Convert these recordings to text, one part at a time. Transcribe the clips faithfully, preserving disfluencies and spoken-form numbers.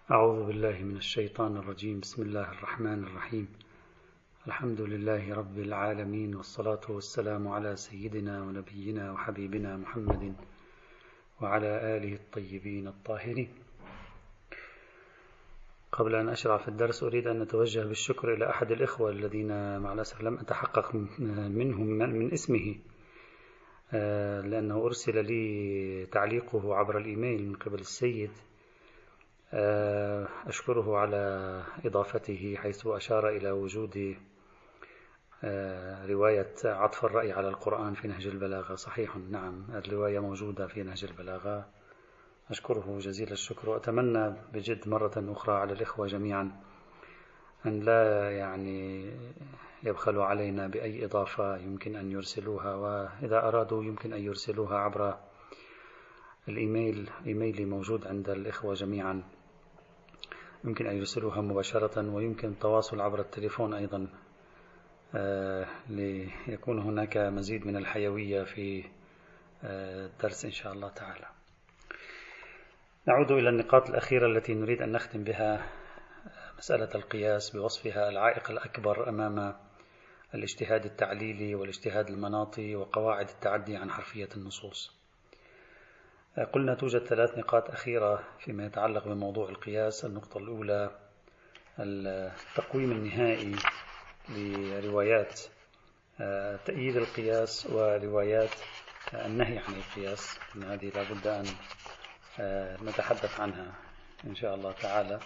أعوذ بالله من الشيطان الرجيم. بسم الله الرحمن الرحيم. الحمد لله رب العالمين، والصلاة والسلام على سيدنا ونبينا وحبيبنا محمد وعلى آله الطيبين الطاهرين. قبل أن أشرع في الدرس أريد أن أتوجه بالشكر إلى أحد الإخوة الذين مع الأسف لم أتحقق منهم من اسمه، لأنه أرسل لي تعليقه عبر الإيميل من قبل السيد. أشكره على إضافته حيث أشار إلى وجود رواية عطف الرأي على القرآن في نهج البلاغة. صحيح، نعم، الرواية موجودة في نهج البلاغة. أشكره جزيل الشكر، وأتمنى بجد مرة أخرى على الإخوة جميعا أن لا يعني يبخلوا علينا بأي إضافة يمكن أن يرسلوها، وإذا أرادوا يمكن أن يرسلوها عبر الإيميل. إيميلي موجود عند الإخوة جميعا، يمكن أن يرسلوها مباشرة، ويمكن التواصل عبر التليفون أيضا آه ليكون هناك مزيد من الحيوية في آه الدرس إن شاء الله تعالى. نعود إلى النقاط الأخيرة التي نريد أن نختم بها مسألة القياس بوصفها العائق الأكبر أمام الاجتهاد التعليلي والاجتهاد المناطي وقواعد التعدي عن حرفية النصوص. قلنا توجد ثلاث نقاط أخيرة فيما يتعلق بموضوع القياس. النقطة الأولى التقويم النهائي لروايات تأييد القياس وروايات النهي عن القياس، إن هذه لابد أن نتحدث عنها إن شاء الله تعالى.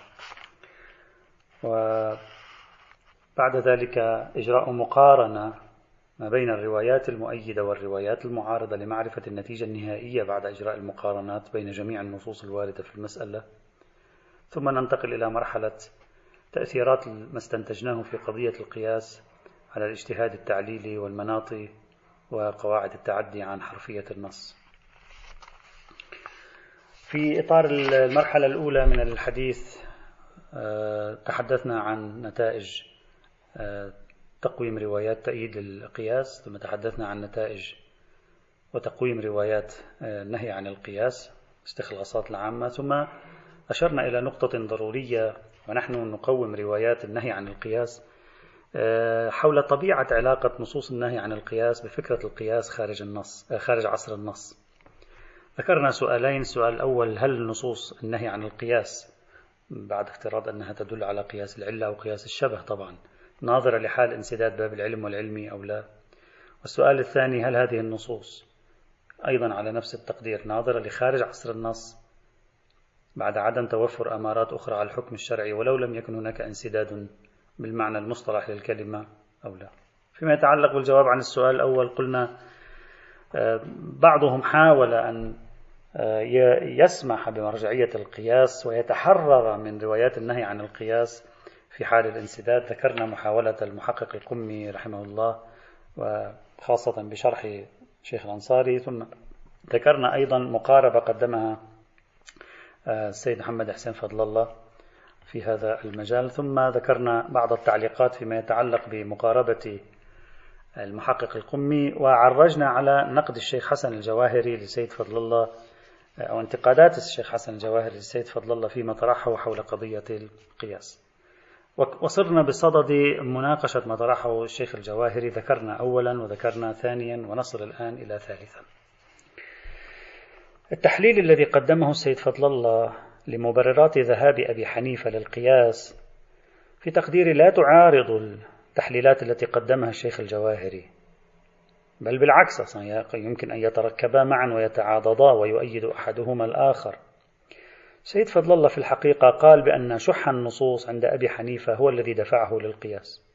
وبعد ذلك إجراء مقارنة ما بين الروايات المؤيدة والروايات المعارضة لمعرفة النتيجة النهائية بعد إجراء المقارنات بين جميع النصوص الواردة في المسألة. ثم ننتقل إلى مرحلة تأثيرات ما استنتجناه في قضية القياس على الاجتهاد التعليلي والمناطي وقواعد التعدي عن حرفية النص. في إطار المرحلة الأولى من الحديث تحدثنا عن نتائج تقويم روايات تأييد القياس، ثم تحدثنا عن نتائج وتقويم روايات النهي عن القياس، استخلاصات العامة. ثم أشرنا إلى نقطة ضرورية ونحن نقوم روايات النهي عن القياس حول طبيعة علاقة نصوص النهي عن القياس بفكرة القياس خارج النص خارج عصر النص. ذكرنا سؤالين. السؤال الأول: هل نصوص النهي عن القياس بعد افتراض أنها تدل على قياس العلة أو قياس الشبه طبعا ناظرة لحال انسداد باب العلم والعلمي أو لا؟ والسؤال الثاني: هل هذه النصوص أيضا على نفس التقدير ناظرة لخارج عصر النص بعد عدم توفر أمارات أخرى على الحكم الشرعي ولو لم يكن هناك انسداد بالمعنى المصطلح للكلمة أو لا؟ فيما يتعلق بالجواب عن السؤال الأول قلنا بعضهم حاول أن يسمح بمرجعية القياس ويتحرر من روايات النهي عن القياس في حال الانسداد. ذكرنا محاولة المحقق القمي رحمه الله وخاصة بشرح شيخ الأنصاري، ثم ذكرنا أيضا مقاربة قدمها السيد محمد حسين فضل الله في هذا المجال، ثم ذكرنا بعض التعليقات فيما يتعلق بمقاربة المحقق القمي، وعرجنا على نقد الشيخ حسن الجواهري للسيد فضل الله أو انتقادات الشيخ حسن الجواهري للسيد فضل الله فيما طرحه حول قضية القياس. وصرنا بصدد مناقشة ما طرحه الشيخ الجواهري، ذكرنا أولا وذكرنا ثانيا ونصل الآن إلى ثالثا. التحليل الذي قدمه السيد فضل الله لمبررات ذهاب أبي حنيفة للقياس في تقديري لا تعارض التحليلات التي قدمها الشيخ الجواهري، بل بالعكس يمكن أن يتركبا معا ويتعاضدا ويؤيد أحدهما الآخر. سيد فضل الله في الحقيقة قال بأن شح النصوص عند أبي حنيفة هو الذي دفعه للقياس،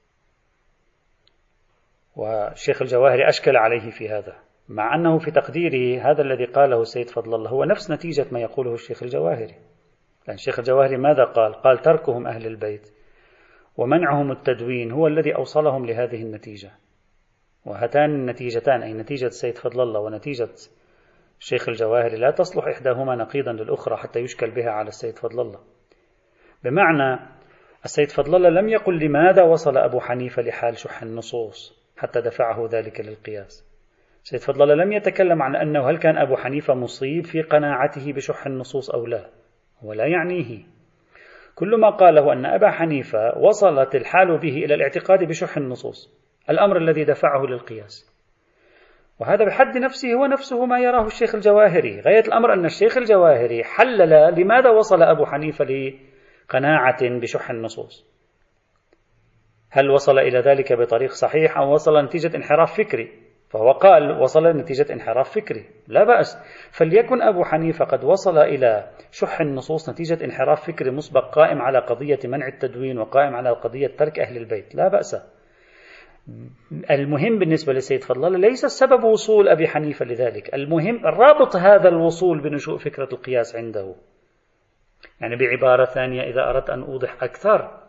والشيخ الجواهري أشكل عليه في هذا، مع أنه في تقديره هذا الذي قاله سيد فضل الله هو نفس نتيجة ما يقوله الشيخ الجواهري. لأن الشيخ الجواهري ماذا قال؟ قال تركهم أهل البيت ومنعهم التدوين هو الذي أوصلهم لهذه النتيجة. وهاتان النتيجتان، أي نتيجة السيد فضل الله ونتيجة الشيخ الجواهري، لا تصلح إحداهما نقيضا للأخرى حتى يشكل بها على السيد فضل الله. بمعنى السيد فضل الله لم يقل لماذا وصل أبو حنيفة لحال شح النصوص حتى دفعه ذلك للقياس. السيد فضل الله لم يتكلم عن أنه هل كان أبو حنيفة مصيب في قناعته بشح النصوص أو لا، ولا يعنيه. كل ما قاله أن أبا حنيفة وصلت الحال به إلى الاعتقاد بشح النصوص، الأمر الذي دفعه للقياس. وهذا بحد نفسه هو نفسه ما يراه الشيخ الجواهري. غاية الأمر أن الشيخ الجواهري حلل لماذا وصل أبو حنيفة لقناعة بشح النصوص. هل وصل إلى ذلك بطريق صحيح أو وصل نتيجة انحراف فكري؟ فهو قال وصل نتيجة انحراف فكري، لا بأس. فليكن أبو حنيفة قد وصل إلى شح النصوص نتيجة انحراف فكري مسبق قائم على قضية منع التدوين وقائم على قضية ترك أهل البيت، لا بأس. المهم بالنسبة للسيد فضل الله ليس السبب وصول أبي حنيفة لذلك، المهم رابط هذا الوصول بنشوء فكرة القياس عنده. يعني بعبارة ثانية إذا أردت أن أوضح أكثر،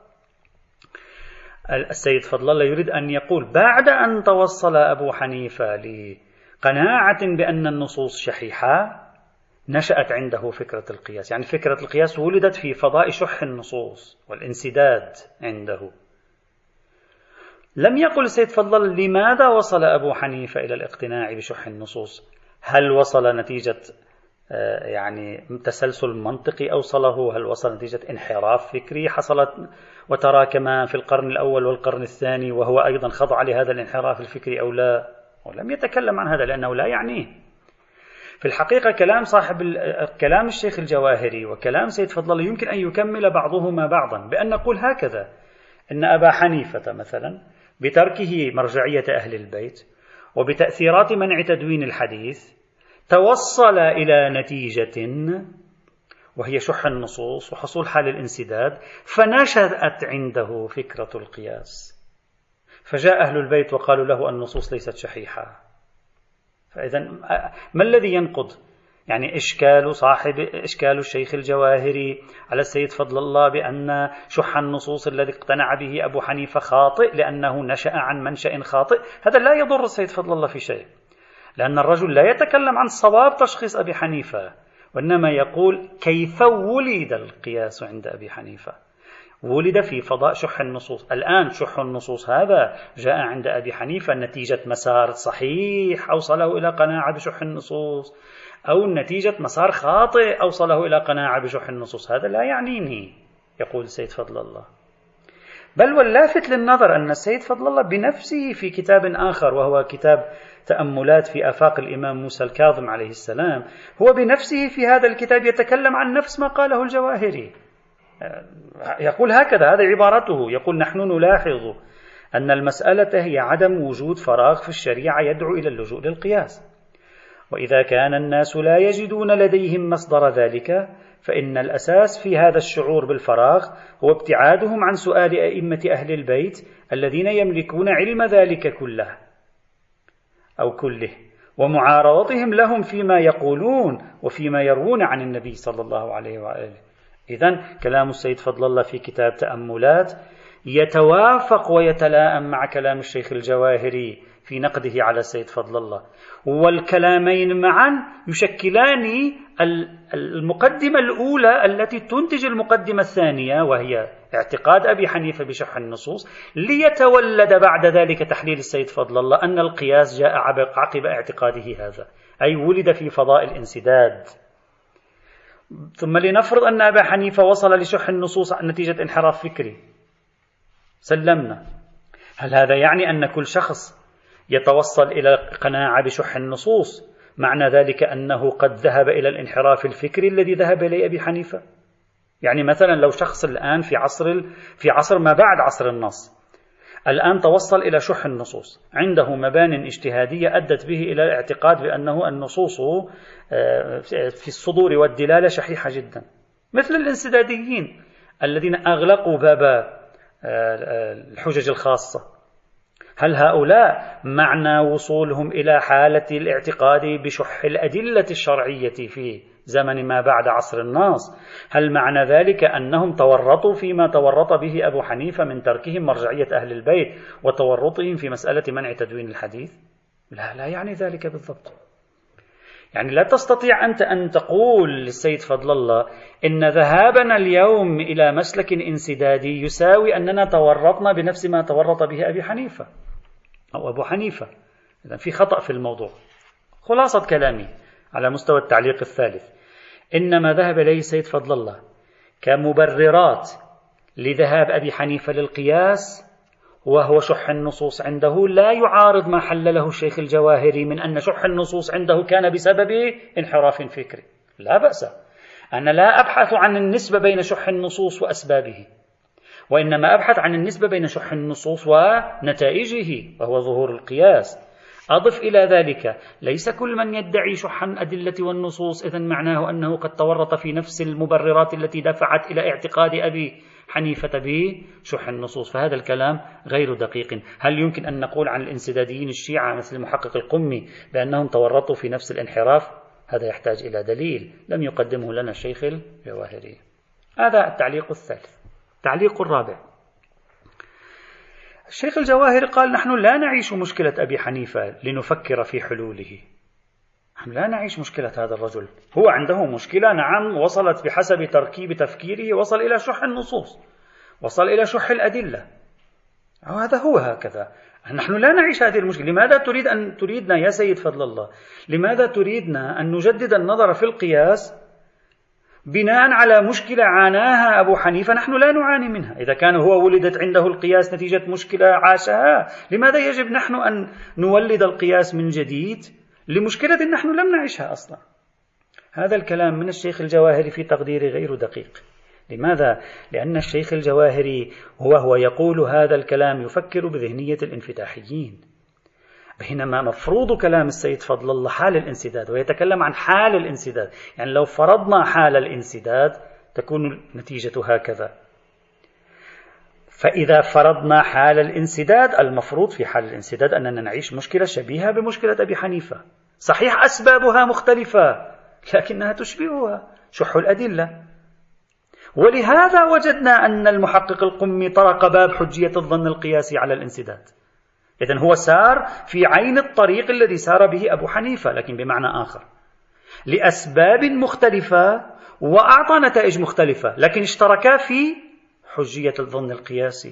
السيد فضل الله يريد أن يقول بعد أن توصل أبو حنيفة لقناعة بأن النصوص شحيحة نشأت عنده فكرة القياس. يعني فكرة القياس ولدت في فضاء شح النصوص والانسداد عنده. لم يقل السيد فضل لماذا وصل أبو حنيفة إلى الاقتناع بشح النصوص؟ هل وصل نتيجة يعني تسلسل منطقي أوصله؟ هل وصل نتيجة انحراف فكري حصلت وتراكم في القرن الأول والقرن الثاني وهو أيضا خضع لهذا الانحراف الفكري أو لا؟ ولم يتكلم عن هذا لأنه لا يعنيه. في الحقيقة كلام صاحب كلام الشيخ الجواهري وكلام سيد فضل الله يمكن أن يكمل بعضهما بعضا بأن نقول هكذا: إن أبا حنيفة مثلا بتركه مرجعية أهل البيت وبتأثيرات منع تدوين الحديث توصل إلى نتيجة وهي شح النصوص وحصول حال الانسداد، فنشأت عنده فكرة القياس، فجاء أهل البيت وقالوا له النصوص ليست شحيحة. فإذا ما الذي ينقض؟ يعني إشكال صاحب إشكال الشيخ الجواهري على السيد فضل الله بأن شح النصوص الذي اقتنع به أبو حنيفة خاطئ لأنه نشأ عن منشأ خاطئ، هذا لا يضر السيد فضل الله في شيء، لأن الرجل لا يتكلم عن صواب تشخيص أبي حنيفة، وإنما يقول كيف ولد القياس عند أبي حنيفة. ولد في فضاء شح النصوص. الآن شح النصوص هذا جاء عند أبي حنيفة نتيجة مسار صحيح أوصله إلى قناعة بشح النصوص، أو نتيجة مسار خاطئ أوصله إلى قناعة بشح النصوص، هذا لا يعنيني، يقول السيد فضل الله. بل واللافت للنظر أن السيد فضل الله بنفسه في كتاب آخر وهو كتاب تأملات في آفاق الإمام موسى الكاظم عليه السلام، هو بنفسه في هذا الكتاب يتكلم عن نفس ما قاله الجواهري. يقول هكذا، هذه عبارته، يقول: نحن نلاحظ أن المسألة هي عدم وجود فراغ في الشريعة يدعو إلى اللجوء للقياس، وإذا كان الناس لا يجدون لديهم مصدر ذلك فإن الأساس في هذا الشعور بالفراغ هو ابتعادهم عن سؤال أئمة أهل البيت الذين يملكون علم ذلك كله أو كله، ومعارضتهم لهم فيما يقولون وفيما يروون عن النبي صلى الله عليه وآله. إذن كلام السيد فضل الله في كتاب تأملات يتوافق ويتلائم مع كلام الشيخ الجواهري في نقده على السيد فضل الله، والكلامين معا يشكلان المقدمة الأولى التي تنتج المقدمة الثانية، وهي اعتقاد أبي حنيفة بشح النصوص، ليتولد بعد ذلك تحليل السيد فضل الله أن القياس جاء عقب اعتقاده هذا، أي ولد في فضاء الانسداد. ثم لنفرض أن أبا حنيفة وصل لشح النصوص نتيجة انحراف فكري، سلمنا. هل هذا يعني أن كل شخص يتوصل إلى قناعة بشح النصوص معنى ذلك أنه قد ذهب إلى الانحراف الفكري الذي ذهب إليه أبي حنيفة؟ يعني مثلا لو شخص الآن في عصر في عصر ما بعد عصر النص الآن توصل إلى شح النصوص، عنده مبان اجتهادية أدت به إلى الاعتقاد بأنه النصوص في الصدور والدلالة شحيحة جدا، مثل الانسداديين الذين أغلقوا باب الحجج الخاصة. هل هؤلاء معنى وصولهم إلى حالة الاعتقاد بشح الأدلة الشرعية في زمن ما بعد عصر النص، هل معنى ذلك أنهم تورطوا فيما تورط به أبو حنيفة من تركهم مرجعية أهل البيت وتورطهم في مسألة منع تدوين الحديث؟ لا، لا يعني ذلك بالضبط. يعني لا تستطيع أنت أن تقول للسيد فضل الله إن ذهابنا اليوم إلى مسلك انسدادي يساوي أننا تورطنا بنفس ما تورط به أبي حنيفة أو أبو حنيفة. إذن في خطأ في الموضوع. خلاصة كلامي على مستوى التعليق الثالث: إنما ذهب إليه السيد فضل الله كمبررات لذهاب أبي حنيفة للقياس، وهو شح النصوص عنده لا يعارض ما حلله الشيخ الجواهري من أن شح النصوص عنده كان بسبب انحراف فكري. لا بأس، أنا لا أبحث عن النسبة بين شح النصوص وأسبابه، وإنما أبحث عن النسبة بين شح النصوص ونتائجه، وهو ظهور القياس. أضف إلى ذلك ليس كل من يدعي شح الأدلة والنصوص إذن معناه أنه قد تورط في نفس المبررات التي دفعت إلى اعتقاد أبي حنيفة بشح النصوص، فهذا الكلام غير دقيق. هل يمكن أن نقول عن الانسداديين الشيعة مثل المحقق القمي بأنهم تورطوا في نفس الانحراف؟ هذا يحتاج إلى دليل لم يقدمه لنا الشيخ الجواهري. هذا التعليق الثالث. التعليق الرابع، الشيخ الجواهري قال: نحن لا نعيش مشكلة أبي حنيفة لنفكر في حلوله. نحن لا نعيش مشكلة هذا الرجل، هو عنده مشكلة، نعم، وصلت بحسب تركيب تفكيره، وصل إلى شح النصوص، وصل إلى شح الأدلة، هذا هو هكذا. نحن لا نعيش هذه المشكلة. لماذا تريد أن تريدنا يا سيد فضل الله، لماذا تريدنا أن نجدد النظر في القياس بناء على مشكلة عاناها أبو حنيفة نحن لا نعاني منها؟ إذا كان هو ولدت عنده القياس نتيجة مشكلة عاشها، لماذا يجب نحن أن نولد القياس من جديد لمشكلة نحن لم نعيشها أصلا؟ هذا الكلام من الشيخ الجواهري في تقديري غير دقيق. لماذا؟ لأن الشيخ الجواهري هو هو يقول هذا الكلام يفكر بذهنية الانفتاحيين، بينما مفروض كلام السيد فضل الله حال الانسداد، ويتكلم عن حال الانسداد. يعني لو فرضنا حال الانسداد تكون النتيجة هكذا. فإذا فرضنا حال الانسداد، المفروض في حال الانسداد أننا نعيش مشكلة شبيهة بمشكلة أبي حنيفة، صحيح أسبابها مختلفة لكنها تشبهها، شح الأدلة. ولهذا وجدنا أن المحقق القمي طرق باب حجية الظن القياسي على الانسداد. إذن هو سار في عين الطريق الذي سار به أبو حنيفة، لكن بمعنى آخر، لأسباب مختلفة وأعطى نتائج مختلفة، لكن اشتركا في حجية الظن القياسي،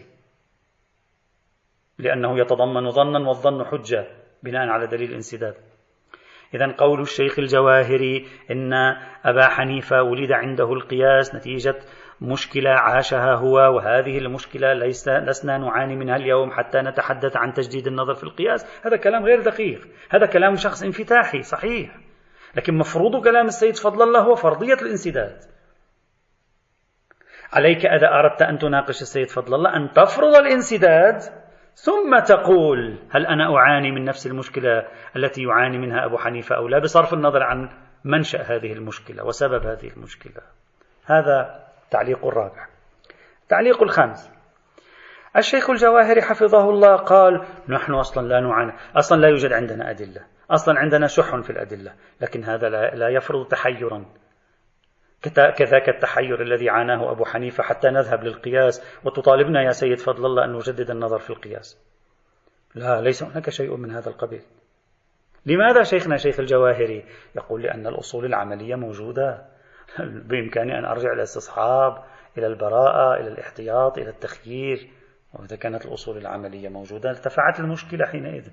لأنه يتضمن ظنا، والظن حجة بناء على دليل الانسداد. إذن قول الشيخ الجواهري إن أبا حنيفة ولد عنده القياس نتيجة مشكلة عاشها هو، وهذه المشكلة ليس لسنا نعاني منها اليوم حتى نتحدث عن تجديد النظر في القياس، هذا كلام غير دقيق. هذا كلام شخص انفتاحي صحيح، لكن مفروض كلام السيد فضل الله هو فرضية الانسداد. عليك إذا أردت أن تناقش السيد فضل الله أن تفرض الانسداد، ثم تقول هل أنا أعاني من نفس المشكلة التي يعاني منها أبو حنيفة أو لا، بصرف النظر عن منشأ هذه المشكلة وسبب هذه المشكلة. هذا التعليق الرابع. التعليق الخامس، الشيخ الجواهري حفظه الله قال: نحن أصلا لا نعاني، أصلا لا يوجد عندنا أدلة، أصلا عندنا شح في الأدلة، لكن هذا لا يفرض تحيرا كذاك التحير الذي عاناه أبو حنيفة حتى نذهب للقياس وتطالبنا يا سيد فضل الله أن نجدد النظر في القياس. لا، ليس هناك شيء من هذا القبيل. لماذا شيخنا شيخ الجواهري؟ يقول: لأن الأصول العملية موجودة، بإمكاني أن أرجع إلى الاستصحاب، إلى البراءة، إلى الاحتياط، إلى التخيير، وإذا كانت الأصول العملية موجودة ارتفعت المشكلة حينئذ.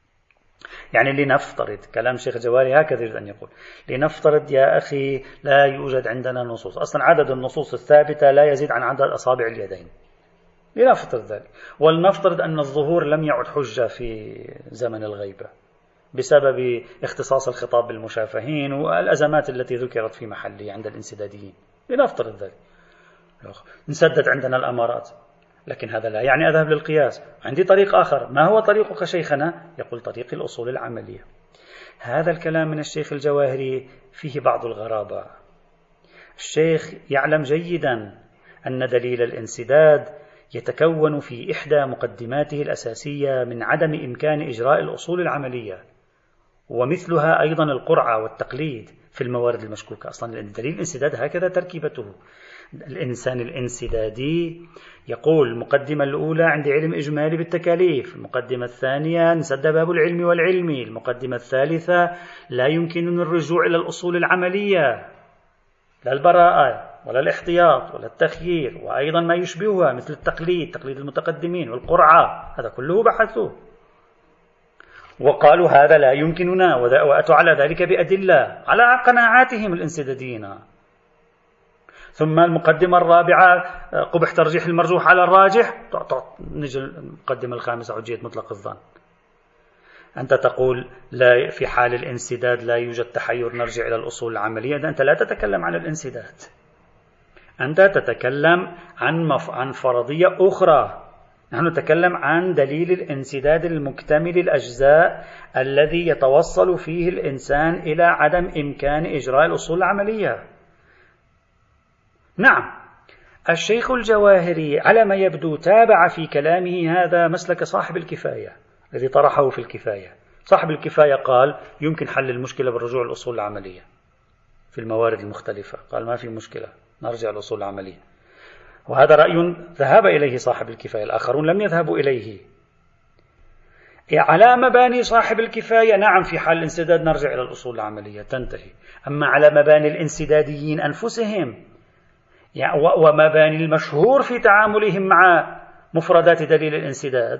يعني لنفترض، كلام الشيخ الجواهري هكذا يريد أن يقول، لنفترض يا أخي لا يوجد عندنا نصوص، أصلا عدد النصوص الثابتة لا يزيد عن عدد أصابع اليدين، لنفترض ذلك، ولنفترض أن الظهور لم يعد حجة في زمن الغيبة بسبب اختصاص الخطاب بالمشافهين والأزمات التي ذكرت في محله عند الانسداديين، لنفترض ذلك، نسدد عندنا الأمارات، لكن هذا لا يعني أذهب للقياس. عندي طريق آخر. ما هو طريقك شيخنا؟ يقول: طريق الأصول العملية. هذا الكلام من الشيخ الجواهري فيه بعض الغرابة. الشيخ يعلم جيدا أن دليل الانسداد يتكون في إحدى مقدماته الأساسية من عدم إمكان إجراء الأصول العملية، ومثلها أيضا القرعة والتقليد في الموارد المشكوكة. أصلا دليل الانسداد هكذا تركيبته. الإنسان الانسدادي يقول: المقدمة الأولى عندي علم إجمالي بالتكاليف، المقدمة الثانية نسد باب العلم والعلمي، المقدمة الثالثة لا يمكنني الرجوع إلى الأصول العملية، لا البراءة ولا الاحتياط ولا التخيير، وأيضا ما يشبهها مثل التقليد، تقليد المتقدمين والقرعة، هذا كله بحثوه وقالوا هذا لا يمكننا، وأتوا على ذلك بأدلة على قناعاتهم الانسداديين. ثم المقدمة الرابعة قبح ترجيح المرجوح على الراجح، نجي المقدمة الخامسة حجية مطلق الظن. أنت تقول لا في حال الانسداد لا يوجد تحير، نرجع إلى الأصول العملية. أنت لا تتكلم عن الانسداد، أنت تتكلم عن مف... عن فرضية أخرى. نحن نتكلم عن دليل الانسداد المكتمل الأجزاء الذي يتوصل فيه الإنسان إلى عدم إمكان إجراء الأصول العملية. نعم، الشيخ الجواهري على ما يبدو تابع في كلامه هذا مسلك صاحب الكفاية الذي طرحه في الكفاية. صاحب الكفاية قال يمكن حل المشكلة بالرجوع للأصول العملية في الموارد المختلفة، قال ما في مشكلة نرجع للأصول العملية، وهذا رأي ذهب إليه صاحب الكفاية، الآخرون لم يذهبوا إليه. على مباني صاحب الكفاية نعم في حال الانسداد نرجع إلى الأصول العملية تنتهي، أما على مباني الانسداديين أنفسهم ومباني المشهور في تعاملهم مع مفردات دليل الانسداد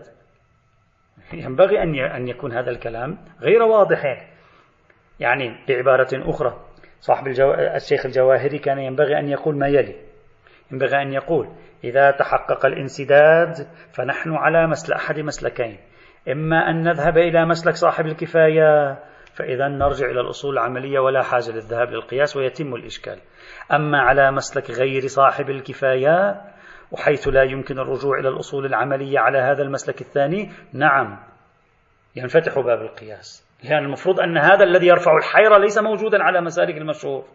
ينبغي أن يكون هذا الكلام غير واضح. يعني بعبارة أخرى صاحب الجو... الشيخ الجواهري كان ينبغي أن يقول ما يلي: ينبغي أن يقول إذا تحقق الانسداد فنحن على مسلك أحد مسلكين، إما أن نذهب إلى مسلك صاحب الكفاية فإذا نرجع إلى الأصول العملية ولا حاجة للذهاب للقياس ويتم الإشكال، أما على مسلك غير صاحب الكفاية وحيث لا يمكن الرجوع إلى الأصول العملية على هذا المسلك الثاني نعم ينفتح باب القياس، لأن المفروض أن هذا الذي يرفع الحيرة ليس موجودا على مسالك المشهور،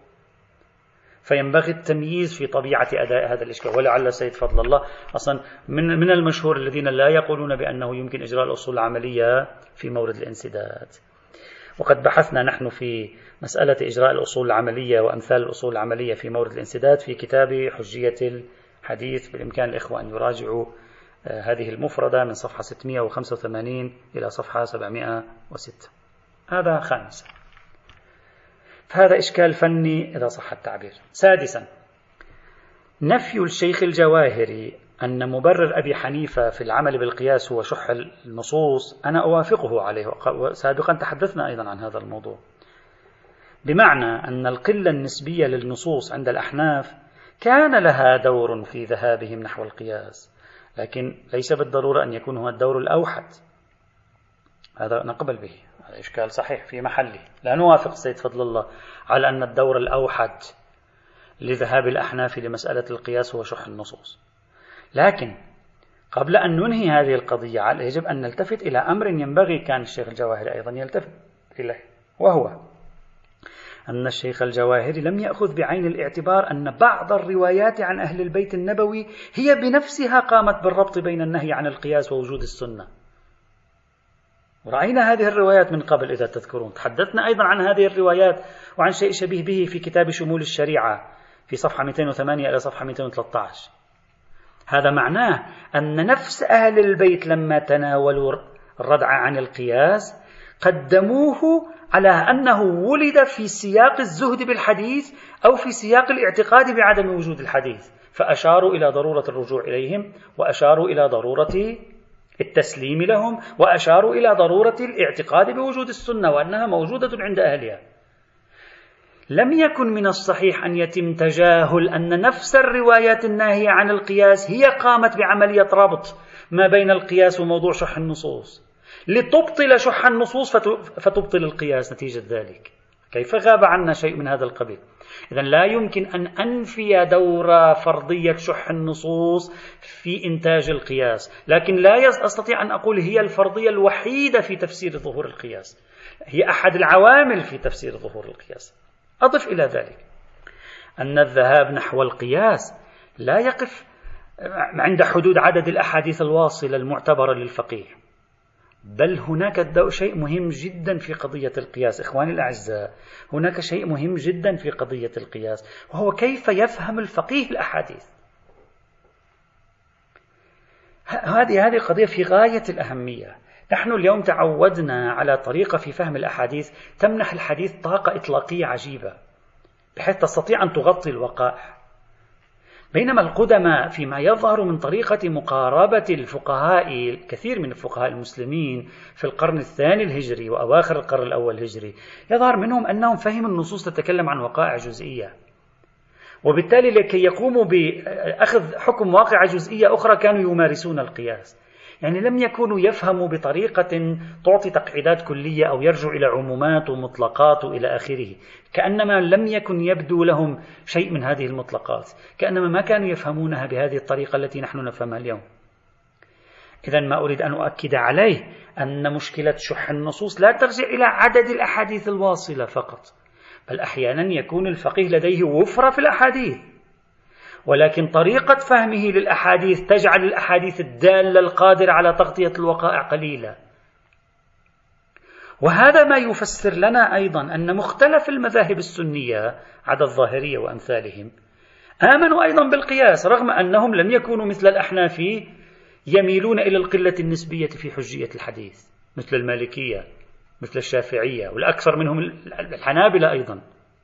فينبغي التمييز في طبيعة أداء هذا الإشكال. ولعل سيد فضل الله أصلا من من المشهور الذين لا يقولون بأنه يمكن إجراء الأصول العملية في مورد الانسداد. وقد بحثنا نحن في مسألة إجراء الأصول العملية وأمثال الأصول العملية في مورد الانسداد في كتاب حجية الحديث، بالإمكان الإخوة أن يراجعوا هذه المفردة من صفحة ستمائة وخمسة وثمانين إلى صفحة سبعمائة وستة. هذا خامسا، فهذا إشكال فني إذا صح التعبير. سادسا، نفي الشيخ الجواهري أن مبرر أبي حنيفة في العمل بالقياس هو شح النصوص أنا أوافقه عليه، وسابقا تحدثنا أيضا عن هذا الموضوع، بمعنى أن القلة النسبية للنصوص عند الأحناف كان لها دور في ذهابهم نحو القياس، لكن ليس بالضرورة أن يكون هو الدور الأوحد. هذا نقبل به، هذا إشكال صحيح في محله، لا نوافق سيد فضل الله على أن الدور الأوحد لذهاب الأحناف لمسألة القياس هو شح النصوص. لكن قبل أن ننهي هذه القضية يجب أن نلتفت إلى أمر ينبغي كان الشيخ الجواهري أيضا يلتفت إليه، وهو أن الشيخ الجواهري لم يأخذ بعين الاعتبار أن بعض الروايات عن أهل البيت النبوي هي بنفسها قامت بالربط بين النهي عن القياس ووجود السنة. ورأينا هذه الروايات من قبل إذا تذكرون، تحدثنا أيضا عن هذه الروايات وعن شيء شبيه به في كتاب شمول الشريعة في صفحة مئتين وثمانية إلى صفحة مئتين وثلاثة عشر. هذا معناه أن نفس أهل البيت لما تناولوا الردع عن القياس قدموه على أنه ولد في سياق الزهد بالحديث أو في سياق الاعتقاد بعدم وجود الحديث، فأشاروا إلى ضرورة الرجوع إليهم، وأشاروا إلى ضرورة التسليم لهم، وأشاروا إلى ضرورة الاعتقاد بوجود السنة وأنها موجودة عند أهلها. لم يكن من الصحيح أن يتم تجاهل أن نفس الروايات الناهية عن القياس هي قامت بعملية ربط ما بين القياس وموضوع شح النصوص لتبطل شح النصوص فتبطل القياس نتيجة ذلك. كيف غاب عنا شيء من هذا القبيل؟ إذن لا يمكن أن أنفي دور فرضية شح النصوص في إنتاج القياس، لكن لا أستطيع أن أقول هي الفرضية الوحيدة في تفسير ظهور القياس، هي أحد العوامل في تفسير ظهور القياس. أضف إلى ذلك أن الذهاب نحو القياس لا يقف عند حدود عدد الأحاديث الواصلة المعتبرة للفقيه، بل هناك شيء مهم جدا في قضية القياس. إخواني الأعزاء، هناك شيء مهم جدا في قضية القياس، وهو كيف يفهم الفقيه الأحاديث. هذه هذه القضية في غاية الأهمية. نحن اليوم تعودنا على طريقة في فهم الأحاديث تمنح الحديث طاقة إطلاقية عجيبة بحيث تستطيع أن تغطي الوقائع، بينما القدماء فيما يظهر من طريقة مقاربة الفقهاء، كثير من الفقهاء المسلمين في القرن الثاني الهجري وأواخر القرن الأول الهجري، يظهر منهم أنهم فهموا النصوص تتكلم عن وقائع جزئية، وبالتالي لكي يقوموا بأخذ حكم واقع جزئية أخرى كانوا يمارسون القياس. يعني لم يكونوا يفهموا بطريقة تعطي تقعيدات كلية أو يرجع إلى عمومات ومطلقات إلى آخره، كأنما لم يكن يبدو لهم شيء من هذه المطلقات، كأنما ما كانوا يفهمونها بهذه الطريقة التي نحن نفهمها اليوم. إذن ما أريد أن أؤكد عليه أن مشكلة شح النصوص لا ترجع إلى عدد الأحاديث الواصلة فقط، بل أحيانا يكون الفقيه لديه وفرة في الأحاديث، ولكن طريقة فهمه للأحاديث تجعل الأحاديث الدالة القادرة على تغطية الوقائع قليلة. وهذا ما يفسر لنا أيضا أن مختلف المذاهب السنية عدا الظاهرية وأمثالهم آمنوا أيضا بالقياس، رغم أنهم لم يكونوا مثل الأحناف يميلون إلى القلة النسبية في حجية الحديث، مثل المالكية مثل الشافعية، والأكثر منهم الحنابلة أيضا.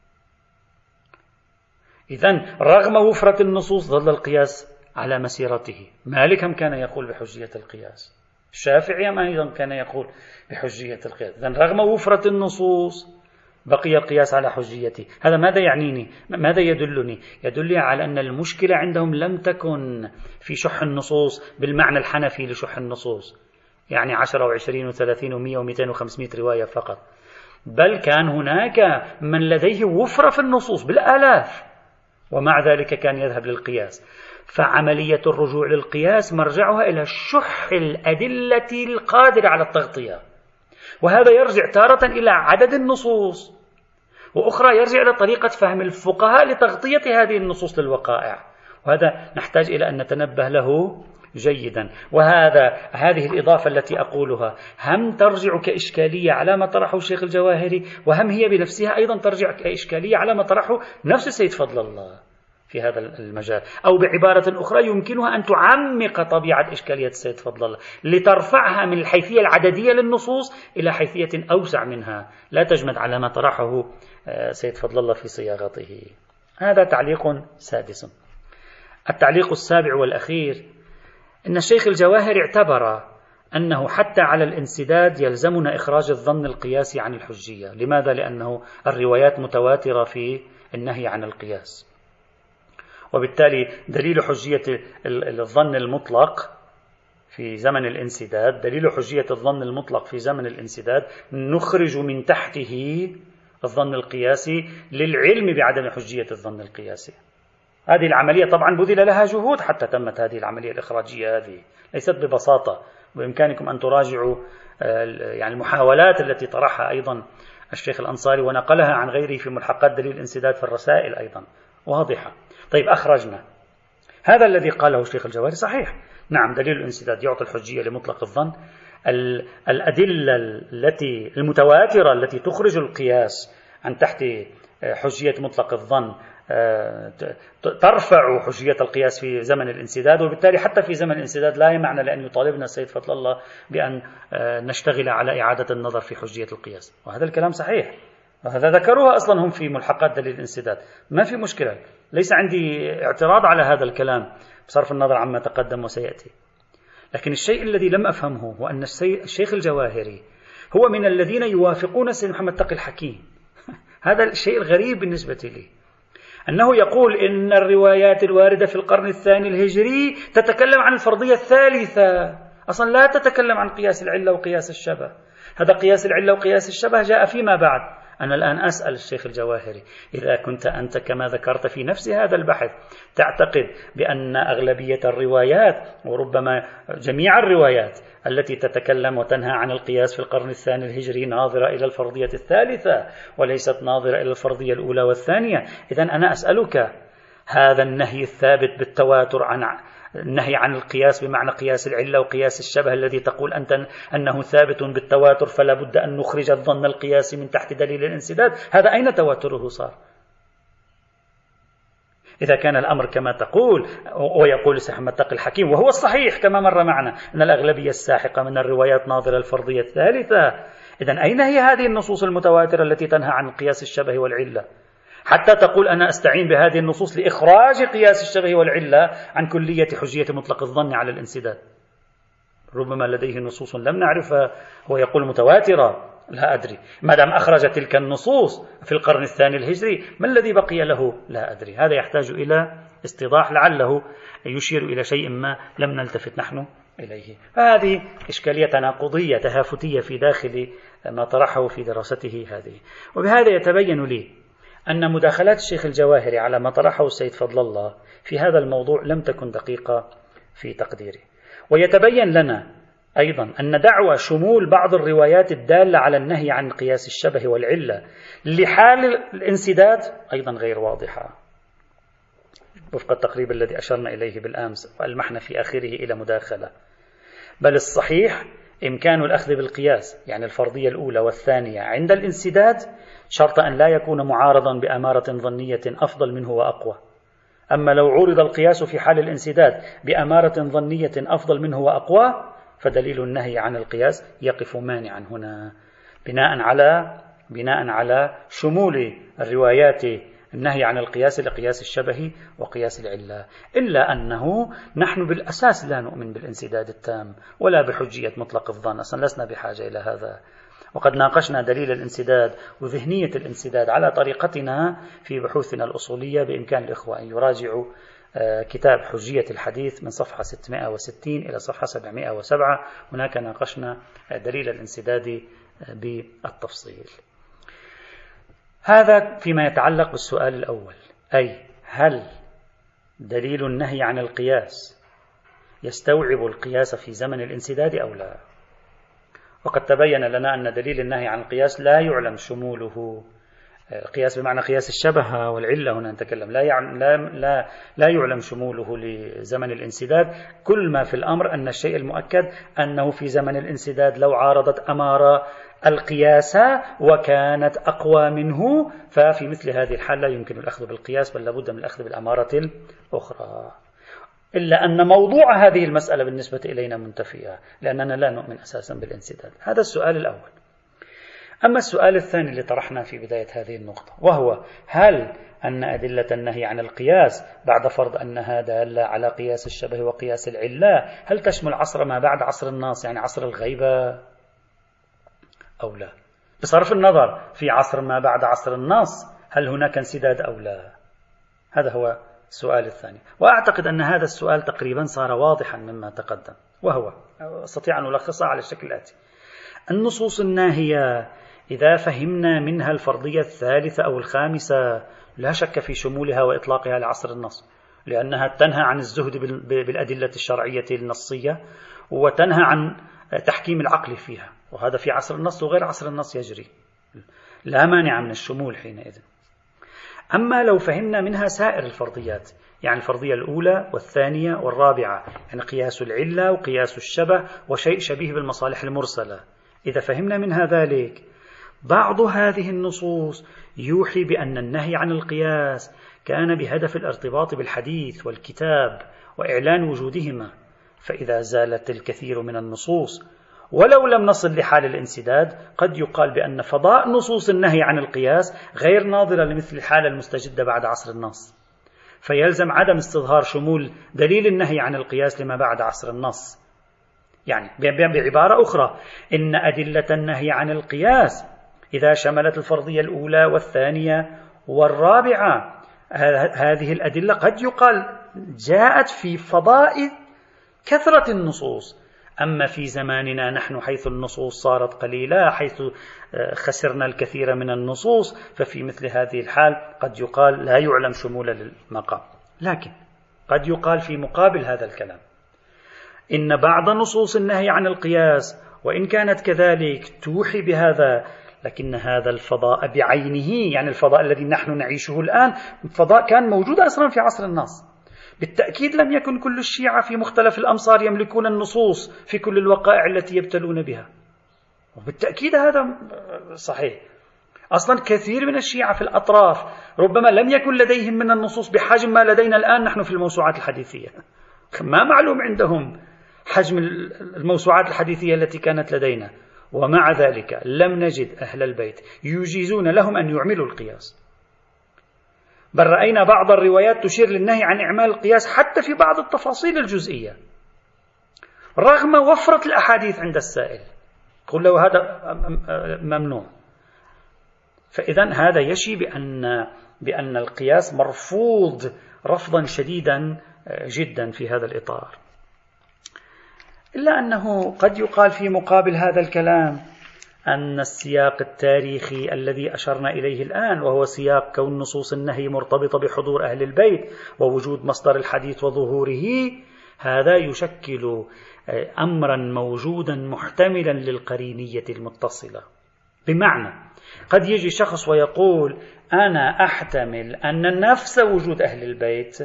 إذن رغم وفرة النصوص ظل القياس على مسيرته. مالك هم كان يقول بحجية القياس، الشافعي أيضا كان يقول بحجية القياس. إذن رغم وفرة النصوص بقي القياس على حجيته. هذا ماذا يعنيني؟ ماذا يدلني؟ يدل على أن المشكلة عندهم لم تكن في شح النصوص بالمعنى الحنفي لشح النصوص، يعني عشرة وعشرين وثلاثين ومئة ومئتين وخمسمائة رواية فقط، بل كان هناك من لديه وفرة في النصوص بالآلاف، ومع ذلك كان يذهب للقياس. فعملية الرجوع للقياس مرجعها إلى شح الأدلة القادرة على التغطية، وهذا يرجع تارة إلى عدد النصوص، وأخرى يرجع إلى طريقة فهم الفقهاء لتغطية هذه النصوص للوقائع، وهذا نحتاج إلى أن نتنبه له جيدا. وهذا هذه الإضافة التي أقولها هم ترجع كإشكالية على ما طرحه الشيخ الجواهري، وهم هي بنفسها أيضا ترجع كإشكالية على ما طرحه نفس السيد فضل الله في هذا المجال، أو بعبارة أخرى يمكنها أن تعمق طبيعة إشكالية السيد فضل الله لترفعها من الحيثية العددية للنصوص إلى حيثية أوسع منها لا تجمد على ما طرحه سيد فضل الله في صياغته. هذا تعليق سادس. التعليق السابع والأخير إن الشيخ الجواهري اعتبر أنه حتى على الانسداد يلزمنا إخراج الظن القياسي عن الحجية. لماذا؟ لأنه الروايات متواترة في النهي عن القياس، وبالتالي دليل حجية الظن المطلق في زمن الانسداد دليل حجية الظن المطلق في زمن الانسداد نخرج من تحته الظن القياسي للعلم بعدم حجية الظن القياسي. هذه العملية طبعا بذل لها جهود حتى تمت هذه العملية الإخراجية، هذه ليست ببساطة، وبإمكانكم أن تراجعوا يعني المحاولات التي طرحها أيضا الشيخ الأنصاري ونقلها عن غيره في ملحقات دليل الانسداد في الرسائل أيضا واضحة. طيب أخرجنا هذا الذي قاله الشيخ الجواهري صحيح، نعم دليل الانسداد يعطي الحجية لمطلق الظن. الأدلة التي المتواترة التي تخرج القياس عن تحت حجية مطلق الظن ترفع حجية القياس في زمن الانسداد، وبالتالي حتى في زمن الانسداد لا يمعنى لأن يطالبنا السيد فضل الله بأن نشتغل على إعادة النظر في حجية القياس، وهذا الكلام صحيح، وهذا ذكروها أصلا هم في ملحقات دليل الانسداد، ما في مشكلة، ليس عندي اعتراض على هذا الكلام بصرف النظر عما تقدم وسيأتي. لكن الشيء الذي لم أفهمه هو أن الشيخ الجواهري هو من الذين يوافقون السيد محمد تقي الحكيم. هذا الشيء الغريب بالنسبة لي، أنه يقول إن الروايات الواردة في القرن الثاني الهجري تتكلم عن الفرضية الثالثة، أصلا لا تتكلم عن قياس العلة وقياس الشبه. هذا قياس العلة وقياس الشبه جاء فيما بعد. أنا الآن أسأل الشيخ الجواهري، إذا كنت أنت كما ذكرت في نفس هذا البحث تعتقد بأن أغلبية الروايات وربما جميع الروايات التي تتكلم وتنهى عن القياس في القرن الثاني الهجري ناظرة إلى الفرضية الثالثة وليست ناظرة إلى الفرضية الأولى والثانية، إذن أنا أسألك هذا النهي الثابت بالتواتر عن النهي عن القياس بمعنى قياس العلة وقياس الشبه الذي تقول أنت أنه ثابت بالتواتر فلا بد أن نخرج الظن القياسي من تحت دليل الانسداد، هذا أين تواتره صار؟ إذا كان الأمر كما تقول ويقول السيد محمد تقي الحكيم وهو الصحيح كما مر معنا أن الأغلبية الساحقة من الروايات ناظرة الفرضية الثالثة، إذن أين هي هذه النصوص المتواترة التي تنهى عن قياس الشبه والعلة حتى تقول أنا أستعين بهذه النصوص لإخراج قياس الشبه والعلة عن كلية حجية مطلق الظن على الانسداد؟ ربما لديه نصوص لم نعرفها، هو يقول متواترة، لا أدري. ما دام أخرج تلك النصوص في القرن الثاني الهجري، ما الذي بقي له؟ لا أدري. هذا يحتاج إلى استيضاح، لعله يشير إلى شيء ما لم نلتفت نحن إليه. هذه إشكالية تناقضية تهافتية في داخل ما طرحه في دراسته هذه. وبهذا يتبين لي أن مداخلات الشيخ الجواهري على ما طرحه السيد فضل الله في هذا الموضوع لم تكن دقيقة في تقديري. ويتبين لنا أيضا أن دعوى شمول بعض الروايات الدالة على النهي عن قياس الشبه والعلة لحال الانسداد أيضا غير واضحة، وفق التقريب الذي أشرنا إليه بالأمس وألمحنا في آخره إلى مداخلة. بل الصحيح إمكان الأخذ بالقياس، يعني الفرضية الأولى والثانية عند الانسداد، شرط أن لا يكون معارضا بأمارة ظنية أفضل منه وأقوى. أما لو عورض القياس في حال الانسداد بأمارة ظنية أفضل منه وأقوى، فدليل النهي عن القياس يقف مانعا هنا، بناء على بناء على شمول الروايات النهي عن القياس لقياس الشبه وقياس العلة. إلا أنه نحن بالأساس لا نؤمن بالانسداد التام ولا بحجية مطلق الظن، أصلا لسنا بحاجة إلى هذا. وقد ناقشنا دليل الانسداد وذهنية الانسداد على طريقتنا في بحوثنا الأصولية. بإمكان الإخوة أن يراجعوا كتاب حجية الحديث من صفحة ستمائة وستين إلى صفحة سبعمائة وسبعة، هناك ناقشنا دليل الانسداد بالتفصيل. هذا فيما يتعلق بالسؤال الأول، أي هل دليل النهي عن القياس يستوعب القياس في زمن الانسداد أو لا؟ وقد تبين لنا أن دليل النهي عن القياس لا يعلم شموله، القياس بمعنى قياس الشبه والعلة هنا نتكلم، لا يعلم لا لا لا يعلم شموله لزمن الانسداد. كل ما في الأمر أن الشيء المؤكد أنه في زمن الانسداد لو عارضت أمارة القياس وكانت أقوى منه، ففي مثل هذه الحالة لا يمكن الأخذ بالقياس، بل لابد من الأخذ بالأمارة الأخرى. إلا أن موضوع هذه المسألة بالنسبة إلينا منتفية، لأننا لا نؤمن أساسا بالانسداد. هذا السؤال الأول. أما السؤال الثاني اللي طرحنا في بداية هذه النقطة، وهو هل أن أدلة النهي عن القياس بعد فرض أنها دالة على قياس الشبه وقياس العلة هل تشمل عصر ما بعد عصر النص، يعني عصر الغيبة أو لا؟ بصرف النظر في عصر ما بعد عصر النص هل هناك انسداد أو لا؟ هذا هو السؤال الثاني. وأعتقد أن هذا السؤال تقريبا صار واضحا مما تقدم، وهو أستطيع أن ألخصه على الشكل الآتي: النصوص الناهية إذا فهمنا منها الفرضية الثالثة أو الخامسة لا شك في شمولها وإطلاقها لعصر النص، لأنها تنهى عن الزهد بالأدلة الشرعية النصية وتنهى عن تحكيم العقل فيها، وهذا في عصر النص وغير عصر النص يجري، لا مانع من الشمول حينئذ. أما لو فهمنا منها سائر الفرضيات، يعني الفرضية الأولى والثانية والرابعة، يعني قياس العلة وقياس الشبه وشيء شبيه بالمصالح المرسلة، إذا فهمنا منها ذلك، بعض هذه النصوص يوحي بأن النهي عن القياس كان بهدف الارتباط بالحديث والكتاب وإعلان وجودهما. فإذا زالت الكثير من النصوص ولو لم نصل لحال الانسداد، قد يقال بأن فضاء نصوص النهي عن القياس غير ناظرة لمثل الحالة المستجدة بعد عصر النص، فيلزم عدم استظهار شمول دليل النهي عن القياس لما بعد عصر النص. يعني بعبارة أخرى، إن أدلة النهي عن القياس إذا شملت الفرضية الأولى والثانية والرابعة، هذه الأدلة قد يقال جاءت في فضاء كثرة النصوص. أما في زماننا نحن حيث النصوص صارت قليلة، حيث خسرنا الكثير من النصوص، ففي مثل هذه الحال قد يقال لا يعلم شمول للمقام. لكن قد يقال في مقابل هذا الكلام إن بعض نصوص النهي عن القياس وإن كانت كذلك توحي بهذا، لكن هذا الفضاء بعينه، يعني الفضاء الذي نحن نعيشه الآن، فضاء كان موجود أصلا في عصر النص. بالتأكيد لم يكن كل الشيعة في مختلف الأمصار يملكون النصوص في كل الوقائع التي يبتلون بها، وبالتأكيد هذا صحيح. أصلا كثير من الشيعة في الأطراف ربما لم يكن لديهم من النصوص بحجم ما لدينا الآن نحن في الموسوعات الحديثية، ما معلوم عندهم حجم الموسوعات الحديثية التي كانت لدينا، ومع ذلك لم نجد أهل البيت يجيزون لهم أن يعملوا القياس، بل رأينا بعض الروايات تشير للنهي عن إعمال القياس حتى في بعض التفاصيل الجزئية رغم وفرة الأحاديث عند السائل. قل له هذا ممنوع. فإذا هذا يشي بأن بأن القياس مرفوض رفضا شديدا جدا في هذا الإطار. إلا أنه قد يقال في مقابل هذا الكلام أن السياق التاريخي الذي أشرنا إليه الآن، وهو سياق كون نصوص النهي مرتبطة بحضور أهل البيت ووجود مصدر الحديث وظهوره، هذا يشكل أمرا موجودا محتملا للقرينية المتصلة. بمعنى قد يجي شخص ويقول أنا أحتمل أن نفس وجود أهل البيت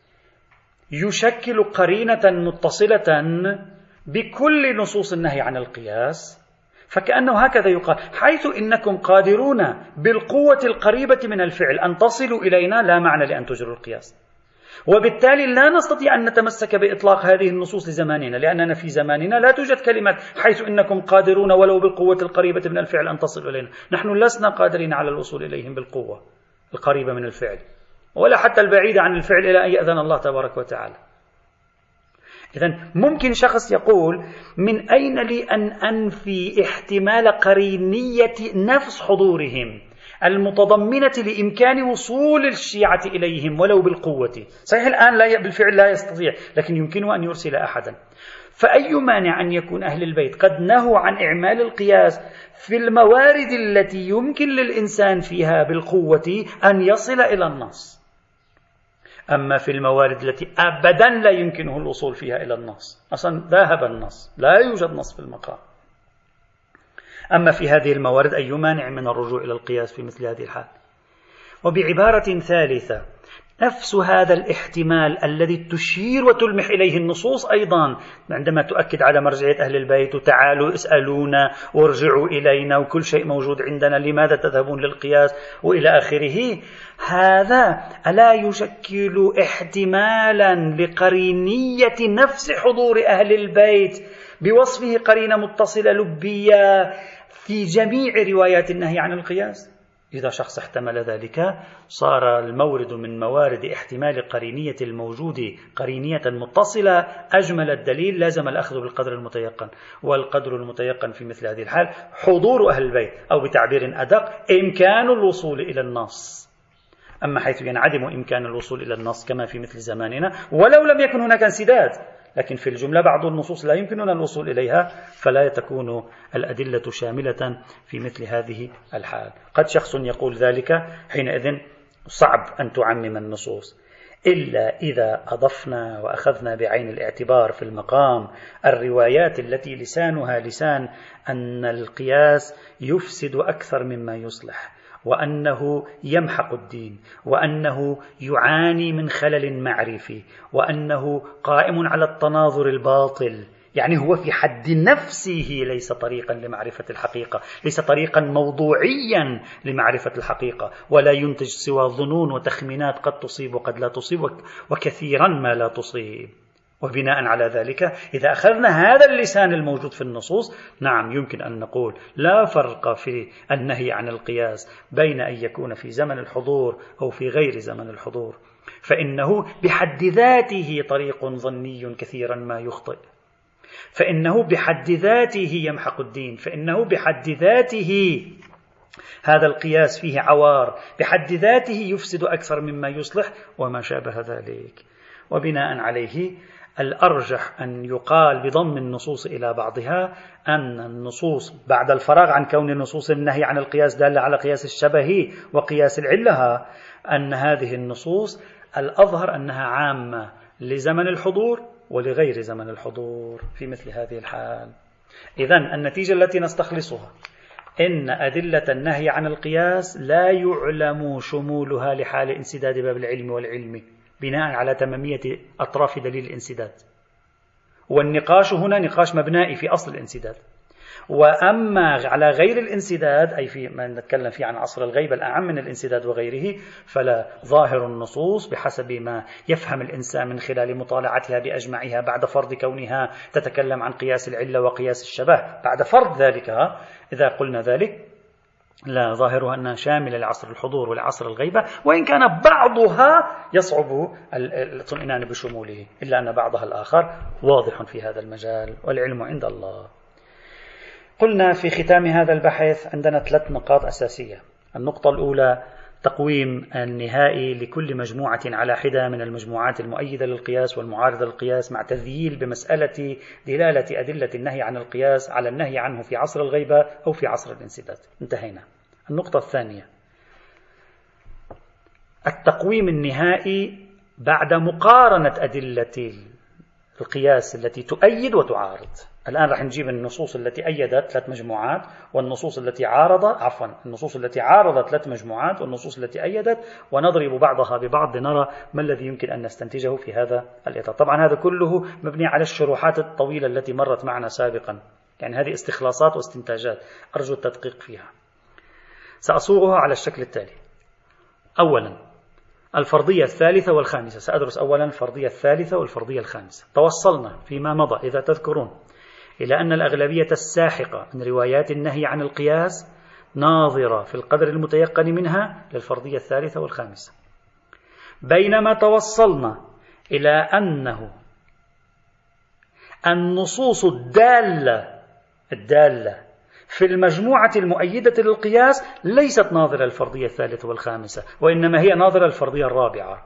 يشكل قرينة متصلة بكل نصوص النهي عن القياس، فكأنه هكذا يقال: حيث إنكم قادرون بالقوة القريبة من الفعل أن تصلوا إلينا، لا معنى لأن تجروا القياس، وبالتالي لا نستطيع أن نتمسك بإطلاق هذه النصوص لزماننا، لأننا في زماننا لا توجد كلمة حيث إنكم قادرون ولو بالقوة القريبة من الفعل أن تصلوا إلينا. نحن لسنا قادرين على الوصول إليهم بالقوة القريبة من الفعل، ولا حتى البعيدة عن الفعل إلى أن يأذن الله تبارك وتعالى. إذن ممكن شخص يقول: من أين لي أن أنفي احتمال قرينية نفس حضورهم المتضمنة لإمكان وصول الشيعة إليهم ولو بالقوة؟ صحيح الآن لا بالفعل لا يستطيع، لكن يمكنه أن يرسل أحدا. فأي مانع أن يكون أهل البيت قد نهوا عن إعمال القياس في الموارد التي يمكن للإنسان فيها بالقوة أن يصل إلى النص، أما في الموارد التي أبدا لا يمكنه الوصول فيها إلى النص، أصلا ذهب النص، لا يوجد نص في المقام. أما في هذه الموارد أي مانع من الرجوع إلى القياس في مثل هذه الحال؟ وبعبارة ثالثة، نفس هذا الاحتمال الذي تشير وتلمح إليه النصوص أيضا عندما تؤكد على مرجعية أهل البيت وتعالوا اسألونا وارجعوا إلينا وكل شيء موجود عندنا، لماذا تذهبون للقياس وإلى آخره، هذا ألا يشكل احتمالا لقرينية نفس حضور أهل البيت بوصفه قرينة متصلة لبية في جميع روايات النهي عن القياس؟ إذا شخص احتمل ذلك صار المورد من موارد احتمال قرينية الموجود قرينية متصلة أجمل الدليل، لازم الأخذ بالقدر المتيقن، والقدر المتيقن في مثل هذه الحال حضور أهل البيت، أو بتعبير أدق إمكان الوصول إلى النص. أما حيث ينعدم إمكان الوصول إلى النص كما في مثل زماننا ولو لم يكن هناك انسداد، لكن في الجملة بعض النصوص لا يمكننا الوصول إليها، فلا تكون الأدلة شاملة في مثل هذه الحال. قد شخص يقول ذلك، حينئذ صعب أن تعمم النصوص، إلا إذا أضفنا وأخذنا بعين الاعتبار في المقام الروايات التي لسانها لسان أن القياس يفسد أكثر مما يصلح، وأنه يمحق الدين، وأنه يعاني من خلل معرفي، وأنه قائم على التناظر الباطل، يعني هو في حد نفسه ليس طريقا لمعرفة الحقيقة، ليس طريقا موضوعيا لمعرفة الحقيقة، ولا ينتج سوى ظنون وتخمينات قد تصيب وقد لا تصيب، وكثيرا ما لا تصيب. وبناء على ذلك إذا أخذنا هذا اللسان الموجود في النصوص، نعم يمكن أن نقول لا فرق في النهي عن القياس بين أن يكون في زمن الحضور أو في غير زمن الحضور، فإنه بحد ذاته طريق ظني كثيرا ما يخطئ، فإنه بحد ذاته يمحق الدين، فإنه بحد ذاته هذا القياس فيه عوار، بحد ذاته يفسد أكثر مما يصلح وما شابه ذلك. وبناء عليه الأرجح أن يقال بضم النصوص إلى بعضها أن النصوص بعد الفراغ عن كون نصوص النهي عن القياس دالة على قياس الشبه وقياس العلة، أن هذه النصوص الأظهر أنها عامة لزمن الحضور ولغير زمن الحضور في مثل هذه الحال. إذن النتيجة التي نستخلصها إن أدلة النهي عن القياس لا يعلم شمولها لحال انسداد باب العلم والعلم بناء على تمامية أطراف دليل الانسداد، والنقاش هنا نقاش مبنائي في أصل الانسداد. وأما على غير الانسداد، أي في ما نتكلم فيه عن عصر الغيبة الأعم من الانسداد وغيره، فلا ظاهر النصوص بحسب ما يفهم الإنسان من خلال مطالعتها بأجمعها بعد فرض كونها تتكلم عن قياس العلة وقياس الشبه، بعد فرض ذلك إذا قلنا ذلك لا ظاهرها أنها شاملة لعصر الحضور ولعصر الغيبة، وإن كان بعضها يصعب الاطمئنان بشموله، إلا أن بعضها الآخر واضح في هذا المجال، والعلم عند الله. قلنا في ختام هذا البحث عندنا ثلاث نقاط أساسية. النقطة الأولى تقويم النهائي لكل مجموعة على حدة من المجموعات المؤيدة للقياس والمعارضة للقياس، مع تذييل بمسألة دلالة أدلة النهي عن القياس على النهي عنه في عصر الغيبة أو في عصر الانسداد. انتهينا. النقطة الثانية التقويم النهائي بعد مقارنة أدلة القياس التي تؤيد وتعارض. الآن رح نجيب النصوص التي أيدت ثلاث مجموعات والنصوص التي عارض عفوا النصوص التي عارضت ثلاث مجموعات والنصوص التي أيدت، ونضرب بعضها ببعض لنرى ما الذي يمكن أن نستنتجه في هذا الإطار. طبعا هذا كله مبني على الشروحات الطويلة التي مرت معنا سابقا، يعني هذه استخلاصات واستنتاجات أرجو التدقيق فيها. سأصوغها على الشكل التالي. أولا الفرضية الثالثة والخامسة. سأدرس أولا الفرضية الثالثة والفرضية الخامسة. توصلنا فيما مضى إذا تذكرون إلى أن الأغلبية الساحقة من روايات النهي عن القياس ناظرة في القدر المتيقن منها للفرضية الثالثة والخامسة، بينما توصلنا إلى أنه النصوص الدالة الدالة في المجموعة المؤيدة للقياس ليست ناظرة للفرضية الثالثة والخامسة، وإنما هي ناظرة للفرضية الرابعة.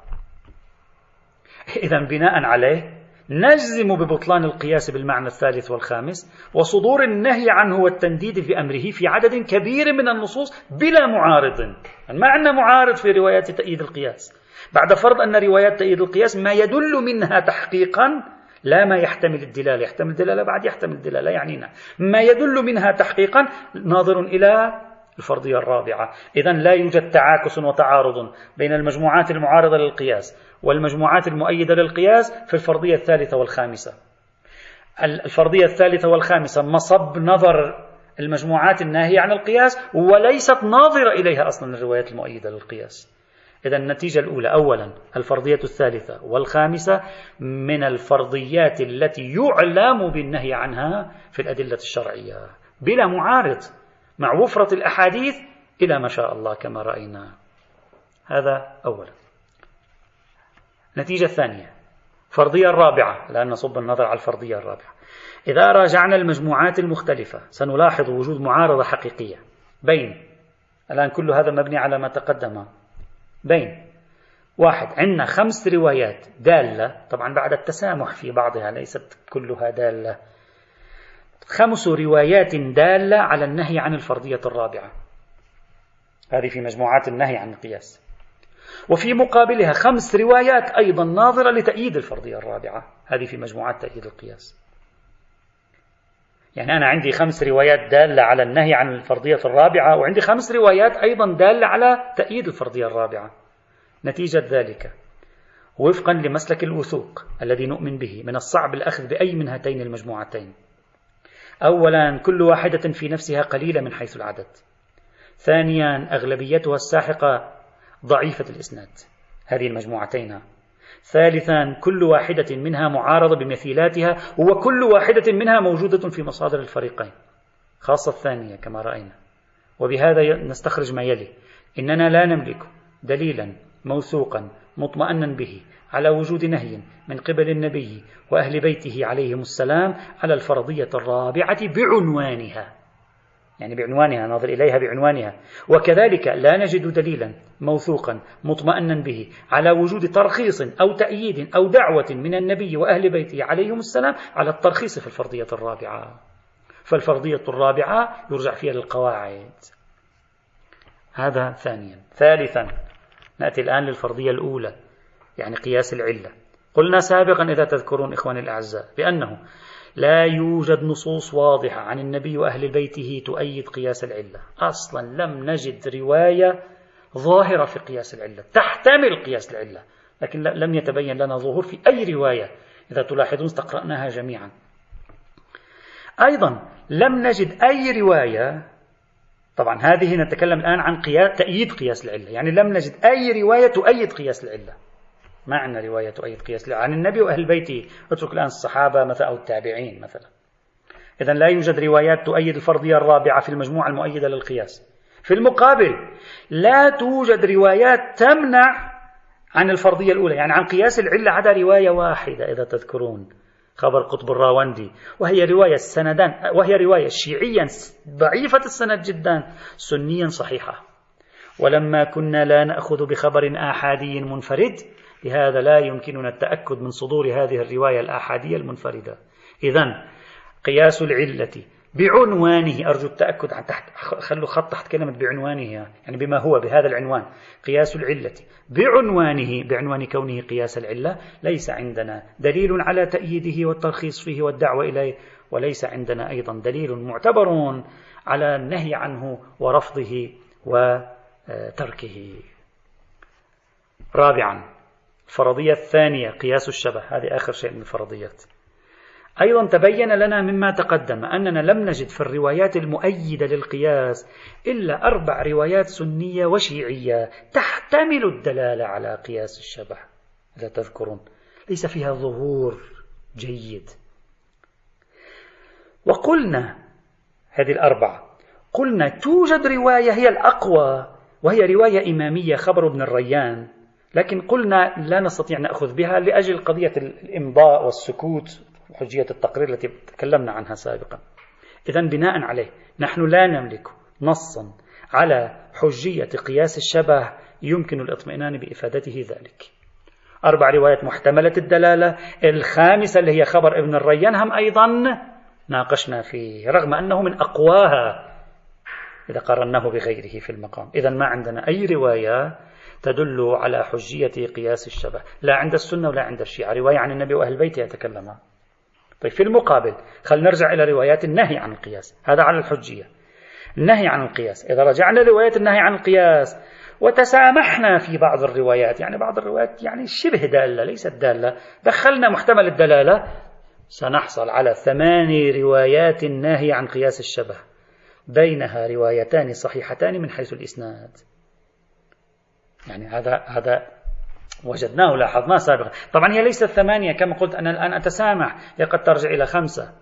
إذن بناء عليه نجزم ببطلان القياس بالمعنى الثالث والخامس وصدور النهي عنه والتنديد في أمره في عدد كبير من النصوص بلا معارض. ما عندنا معارض في روايات تأييد القياس، بعد فرض أن روايات تأييد القياس ما يدل منها تحقيقا لا ما يحتمل الدلالة. يحتمل الدلالة بعد يحتمل الدلالة يعنينا ما يدل منها تحقيقا ناظر إلى الفرضية الرابعة. إذن لا يوجد تعاكس وتعارض بين المجموعات المعارضة للقياس والمجموعات المؤيدة للقياس في الفرضية الثالثة والخامسة. الفرضية الثالثة والخامسة مصب نظر المجموعات الناهية عن القياس وليست ناظرة إليها أصلا الروايات المؤيدة للقياس. إذا النتيجة الأولى أولا الفرضية الثالثة والخامسة من الفرضيات التي يعلم بالنهي عنها في الأدلة الشرعية بلا معارض، مع وفرة الأحاديث إلى ما شاء الله كما رأينا. هذا أولا. النتيجة الثانية فرضية الرابعة، لأن نصب النظر على الفرضية الرابعة. إذا راجعنا المجموعات المختلفة سنلاحظ وجود معارضة حقيقية بين، الآن كل هذا مبني على ما تقدم، بين واحد عندنا خمس روايات دالة، طبعا بعد التسامح في بعضها ليست كلها دالة، خمس روايات دالة على النهي عن الفرضية الرابعة، هذه في مجموعات النهي عن القياس. وفي مقابلها خمس روايات أيضا ناظرة لتأييد الفرضية الرابعة، هذه في مجموعات تأييد القياس. يعني أنا عندي خمس روايات دالة على النهي عن الفرضية الرابعة، وعندي خمس روايات أيضا دالة على تأييد الفرضية الرابعة. نتيجة ذلك وفقا لمسلك الوثوق الذي نؤمن به من الصعب الأخذ بأي من هاتين المجموعتين. أولا كل واحدة في نفسها قليلة من حيث العدد. ثانيا أغلبيتها الساحقة ضعيفة الإسناد، هذه المجموعتين. ثالثا كل واحدة منها معارضة بمثيلاتها، وكل واحدة منها موجودة في مصادر الفريقين، خاصة الثانية كما رأينا. وبهذا نستخرج ما يلي: إننا لا نملك دليلا موثوقا مطمئنا به على وجود نهي من قبل النبي وأهل بيته عليهم السلام على الفرضية الرابعة بعنوانها، يعني بعنوانها، نظر إليها بعنوانها. وكذلك لا نجد دليلا موثوقا مطمئنا به على وجود ترخيص أو تأييد أو دعوة من النبي وأهل بيته عليهم السلام على الترخيص في الفرضية الرابعة. فالفرضية الرابعة يرجع فيها للقواعد. هذا ثانيا. ثالثا نأتي الآن للفرضية الأولى، يعني قياس العلة. قلنا سابقا إذا تذكرون إخواني الأعزاء بأنه لا يوجد نصوص واضحة عن النبي وأهل بيته تؤيد قياس العلة. أصلا لم نجد رواية ظاهرة في قياس العلة تحتمل قياس العلة، لكن لم يتبين لنا ظهور في أي رواية إذا تلاحظون استقرأناها جميعا. أيضا لم نجد أي رواية، طبعا هذه نتكلم الآن عن قياس تأييد قياس العلة، يعني لم نجد أي رواية تؤيد قياس العلة. ما عندنا رواية تؤيد قياس العلة عن النبي وأهل بيته، اترك الآن الصحابة مثلا أو التابعين مثلا. إذن لا يوجد روايات تؤيد الفرضية الرابعة في المجموعة المؤيدة للقياس. في المقابل لا توجد روايات تمنع عن الفرضية الأولى، يعني عن قياس العلة عدا رواية واحدة إذا تذكرون، خبر قطب الراوندي، وهي رواية السندان، وهي رواية شيعيا ضعيفة السند جدا سنيا صحيحة. ولما كنا لا نأخذ بخبر آحادي منفرد، لهذا لا يمكننا التأكد من صدور هذه الرواية الآحادية المنفردة. إذن قياس العلة بعنوانه، أرجو التأكد، تحت خلوا خط تحت كلمة بعنوانه، يعني بما هو بهذا العنوان، قياس العلة بعنوانه، بعنوان كونه قياس العلة، ليس عندنا دليل على تأييده والترخيص فيه والدعوة إليه، وليس عندنا أيضا دليل معتبر على النهي عنه ورفضه وتركه. رابعا، الفرضية الثانية قياس الشبه، هذه آخر شيء من الفرضيات. أيضا تبين لنا مما تقدم أننا لم نجد في الروايات المؤيدة للقياس إلا أربع روايات سنية وشيعية تحتمل الدلالة على قياس الشبه، إذا تذكرون، ليس فيها ظهور جيد. وقلنا هذه الأربعة، قلنا توجد رواية هي الأقوى، وهي رواية إمامية خبر ابن الريان، لكن قلنا لا نستطيع نأخذ بها لأجل قضية الإمضاء والسكوت وحجية التقرير التي تكلمنا عنها سابقا. إذن بناء عليه نحن لا نملك نصا على حجية قياس الشبه يمكن الاطمئنان بإفادته ذلك. أربع روايات محتملة الدلالة، الخامسة اللي هي خبر ابن الريان هم أيضا ناقشنا فيه رغم أنه من أقواها إذا قارناه بغيره في المقام. إذن ما عندنا أي رواية تدل على حجية قياس الشبه، لا عند السنة ولا عند الشيعة، رواية عن النبي وأهل بيته يتكلمها. طيب في المقابل خلينا نرجع إلى روايات النهي عن القياس، هذا على الحجية. النهي عن القياس، إذا رجعنا لروايات النهي عن القياس وتسامحنا في بعض الروايات، يعني بعض الروايات يعني شبه دالة ليست دالة، دخلنا محتمل الدلالة، سنحصل على ثماني روايات النهي عن قياس الشبه، بينها روايتان صحيحتان من حيث الإسناد. يعني هذا هذا وجدناه لاحظناه سابقا. طبعا هي ليست ثمانية كما قلت أنا الآن أتسامح، هي قد ترجع إلى خمسة،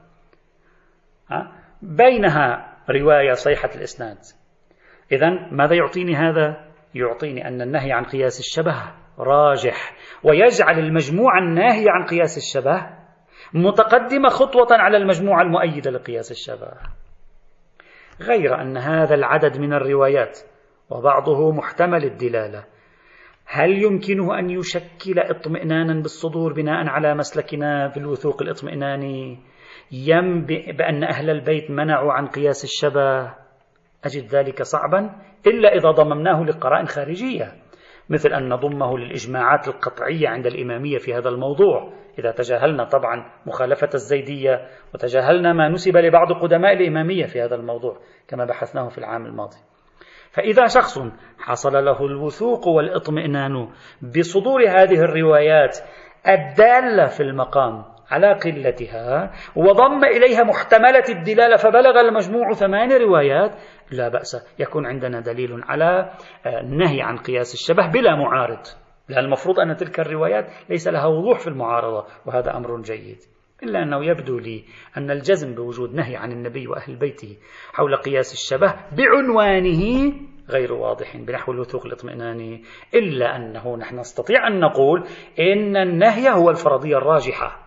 بينها رواية صحيحة الإسناد. إذن ماذا يعطيني هذا؟ يعطيني أن النهي عن قياس الشبه راجح، ويجعل المجموعة الناهي عن قياس الشبه متقدمة خطوة على المجموعة المؤيدة لقياس الشبه. غير أن هذا العدد من الروايات وبعضه محتمل الدلالة هل يمكنه أن يشكل اطمئنانا بالصدور بناء على مسلكنا في الوثوق الاطمئناني ينبئ بأن أهل البيت منعوا عن قياس الشبه؟ أجد ذلك صعبا إلا إذا ضممناه لقرائن خارجية، مثل أن نضمه للإجماعات القطعية عند الإمامية في هذا الموضوع، إذا تجاهلنا طبعا مخالفة الزيدية وتجاهلنا ما نسب لبعض قدماء الإمامية في هذا الموضوع كما بحثناه في العام الماضي. فإذا شخص حصل له الوثوق والاطمئنان بصدور هذه الروايات الدالة في المقام على قلتها وضم إليها محتملة الدلالة فبلغ المجموع ثمان روايات، لا بأس، يكون عندنا دليل على النهي عن قياس الشبه بلا معارض، لأن المفروض أن تلك الروايات ليس لها وضوح في المعارضة، وهذا أمر جيد. إلا أنه يبدو لي أن الجزم بوجود نهي عن النبي وأهل بيته حول قياس الشبه بعنوانه غير واضح بنحو الوثوق الاطمئناني، إلا أنه نحن نستطيع أن نقول إن النهي هو الفرضية الراجحة،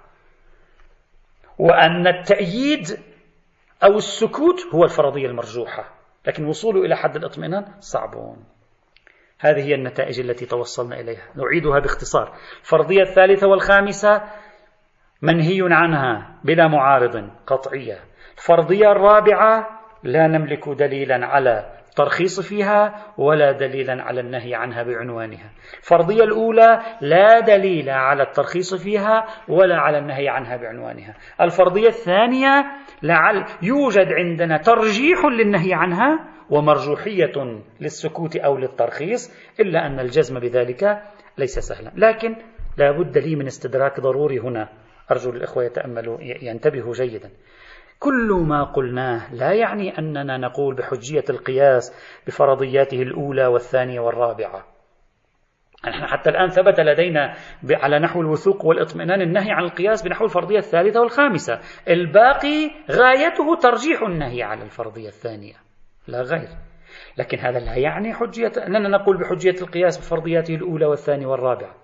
وأن التأييد أو السكوت هو الفرضية المرجوحة، لكن وصوله إلى حد الاطمئنان صعبون. هذه هي النتائج التي توصلنا إليها، نعيدها باختصار. الفرضية الثالثة والخامسة منهي عنها بلا معارض قطعية. الفرضية الرابعة لا نملك دليلا على الترخيص فيها ولا دليلا على النهي عنها بعنوانها. الفرضية الأولى لا دليل على الترخيص فيها ولا على النهي عنها بعنوانها. الفرضية الثانية لعل يوجد عندنا ترجيح للنهي عنها ومرجوحية للسكوت أو للترخيص، إلا أن الجزم بذلك ليس سهلا. لكن لا بد لي من استدراك ضروري هنا، أرجو الإخوة يتأملوا ينتبهوا جيدا. كل ما قلناه لا يعني أننا نقول بحجية القياس بفرضياته الأولى والثانية والرابعة. نحن حتى الآن ثبت لدينا على نحو الوثوق والاطمئنان النهي عن القياس بنحو الفرضية الثالثة والخامسة، الباقي غايته ترجيح النهي على الفرضية الثانية لا غير. لكن هذا لا يعني حجية أننا نقول بحجية القياس بفرضياته الأولى والثانية والرابعة،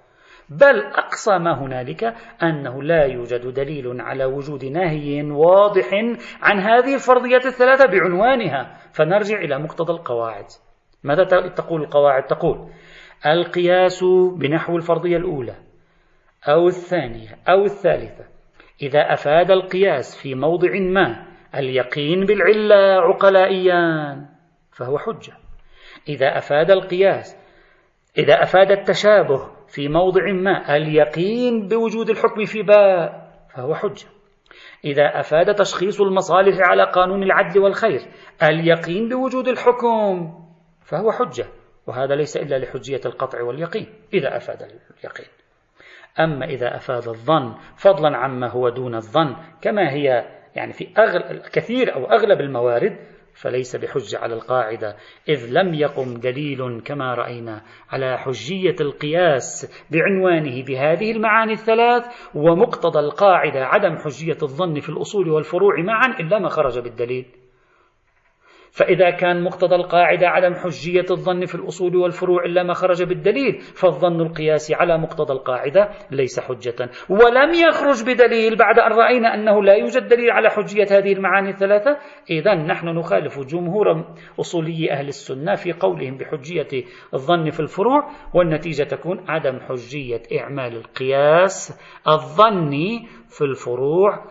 بل أقصى ما هنالك أنه لا يوجد دليل على وجود نهي واضح عن هذه الفرضيات الثلاثة بعنوانها. فنرجع إلى مقتضى القواعد. ماذا تقول القواعد؟ تقول القياس بنحو الفرضية الأولى أو الثانية أو الثالثة إذا أفاد القياس في موضع ما اليقين بالعلة عقلائيا فهو حجة. إذا أفاد القياس إذا أفاد التشابه في موضع ما اليقين بوجود الحكم في باء فهو حجة. إذا أفاد تشخيص المصالح على قانون العدل والخير اليقين بوجود الحكم فهو حجة. وهذا ليس إلا لحجية القطع واليقين إذا أفاد اليقين. أما إذا أفاد الظن فضلا عما هو دون الظن كما هي يعني في أغلب كثير أو أغلب الموارد فليس بحجة على القاعدة، إذ لم يقم دليل كما رأينا على حجية القياس بعنوانه بهذه المعاني الثلاث، ومقتضى القاعدة عدم حجية الظن في الأصول والفروع معا إلا ما خرج بالدليل. فإذا كان مقتضى القاعدة عدم حجية الظن في الأصول والفروع إلا ما خرج بالدليل فالظن القياسي على مقتضى القاعدة ليس حجة. ولم يخرج بدليل بعد أن رأينا أنه لا يوجد دليل على حجية هذه المعاني الثلاثة، إذن نحن نخالف جمهور أصولي أهل السنة في قولهم بحجية الظن في الفروع، والنتيجة تكون عدم حجية إعمال القياس الظني في الفروع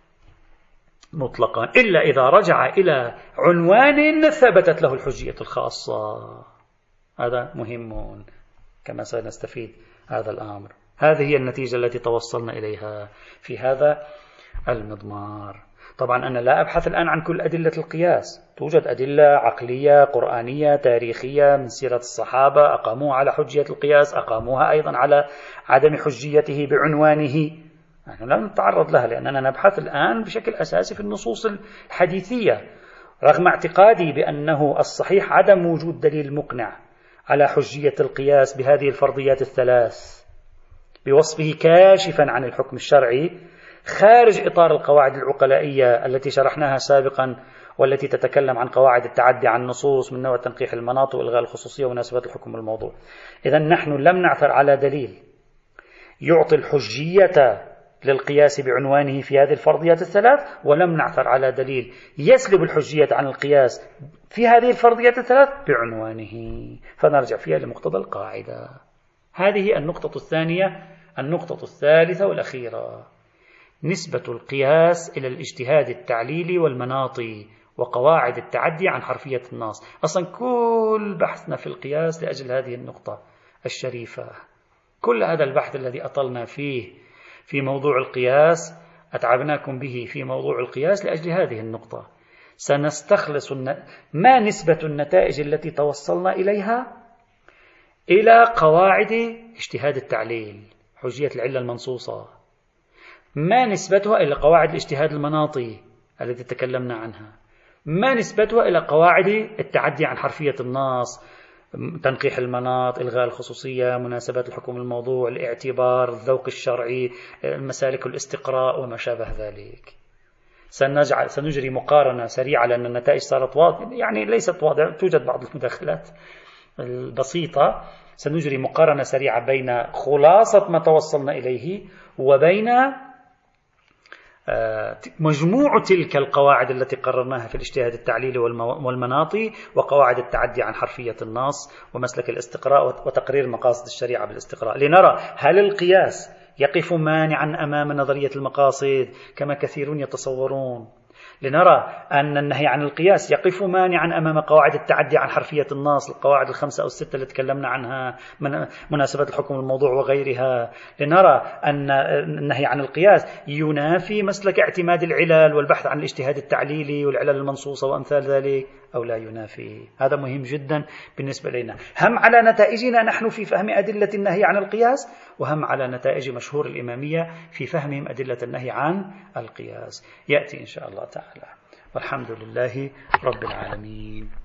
مطلقا إلا إذا رجع إلى عنوان ثبتت له الحجية الخاصة. هذا مهم كما سنستفيد هذا الأمر. هذه هي النتيجة التي توصلنا إليها في هذا المضمار. طبعا أنا لا أبحث الآن عن كل أدلة القياس، توجد أدلة عقلية قرآنية تاريخية من سيرة الصحابة أقاموها على حجية القياس، أقاموها أيضا على عدم حجيته بعنوانه، نحن لا نتعرض لها لأننا نبحث الآن بشكل أساسي في النصوص الحديثية، رغم اعتقادي بأنه الصحيح عدم وجود دليل مقنع على حجية القياس بهذه الفرضيات الثلاث بوصفه كاشفا عن الحكم الشرعي خارج إطار القواعد العقلائية التي شرحناها سابقا، والتي تتكلم عن قواعد التعدي عن النصوص من نوع تنقيح المناط وإلغاء الخصوصية ومناسبة الحكم الموضوع. إذن نحن لم نعثر على دليل يعطي الحجية للقياس بعنوانه في هذه الفرضيات الثلاث، ولم نعثر على دليل يسلب الحجية عن القياس في هذه الفرضيات الثلاث بعنوانه، فنرجع فيها لمقتضى القاعدة. هذه النقطة الثانية. النقطة الثالثة والأخيرة نسبة القياس إلى الاجتهاد التعليلي والمناطي وقواعد التعدي عن حرفية النص. أصلا كل بحثنا في القياس لأجل هذه النقطة الشريفة، كل هذا البحث الذي أطلنا فيه في موضوع القياس أتعبناكم به في موضوع القياس لأجل هذه النقطة. سنستخلص ما نسبة النتائج التي توصلنا إليها إلى قواعد اجتهاد التعليل حجية العلة المنصوصة، ما نسبتها إلى قواعد الاجتهاد المناطي التي تكلمنا عنها، ما نسبتها إلى قواعد التعدي عن حرفية النص، تنقيح المناط، إلغاء الخصوصية، مناسبات الحكم الموضوع، الاعتبار، الذوق الشرعي، مسالك الاستقراء وما شابه ذلك. سنجعل سنجري مقارنة سريعة لأن النتائج صارت واضحة، يعني ليست واضحة، توجد بعض المداخلات البسيطة. سنجري مقارنة سريعة بين خلاصة ما توصلنا إليه وبين مجموع تلك القواعد التي قررناها في الاجتهاد التعليلي والمناطي وقواعد التعدي عن حرفية النص ومسلك الاستقراء وتقرير مقاصد الشريعة بالاستقراء، لنرى هل القياس يقف مانعا أمام نظرية المقاصد كما كثيرون يتصورون، لنرى أن النهي عن القياس يقف مانعا أمام قواعد التعدي عن حرفية النص، القواعد الخمسة أو الستة اللي تكلمنا عنها من مناسبة الحكم الموضوع وغيرها، لنرى أن النهي عن القياس ينافي مسلك اعتماد العلل والبحث عن الاجتهاد التعليلي والعلل المنصوصة وأمثال ذلك أو لا ينافي. هذا مهم جدا بالنسبة لنا، هم على نتائجنا نحن في فهم أدلة النهي عن القياس، وهم على نتائج مشهور الإمامية في فهمهم أدلة النهي عن القياس. يأتي إن شاء الله تعالى، والحمد لله رب العالمين.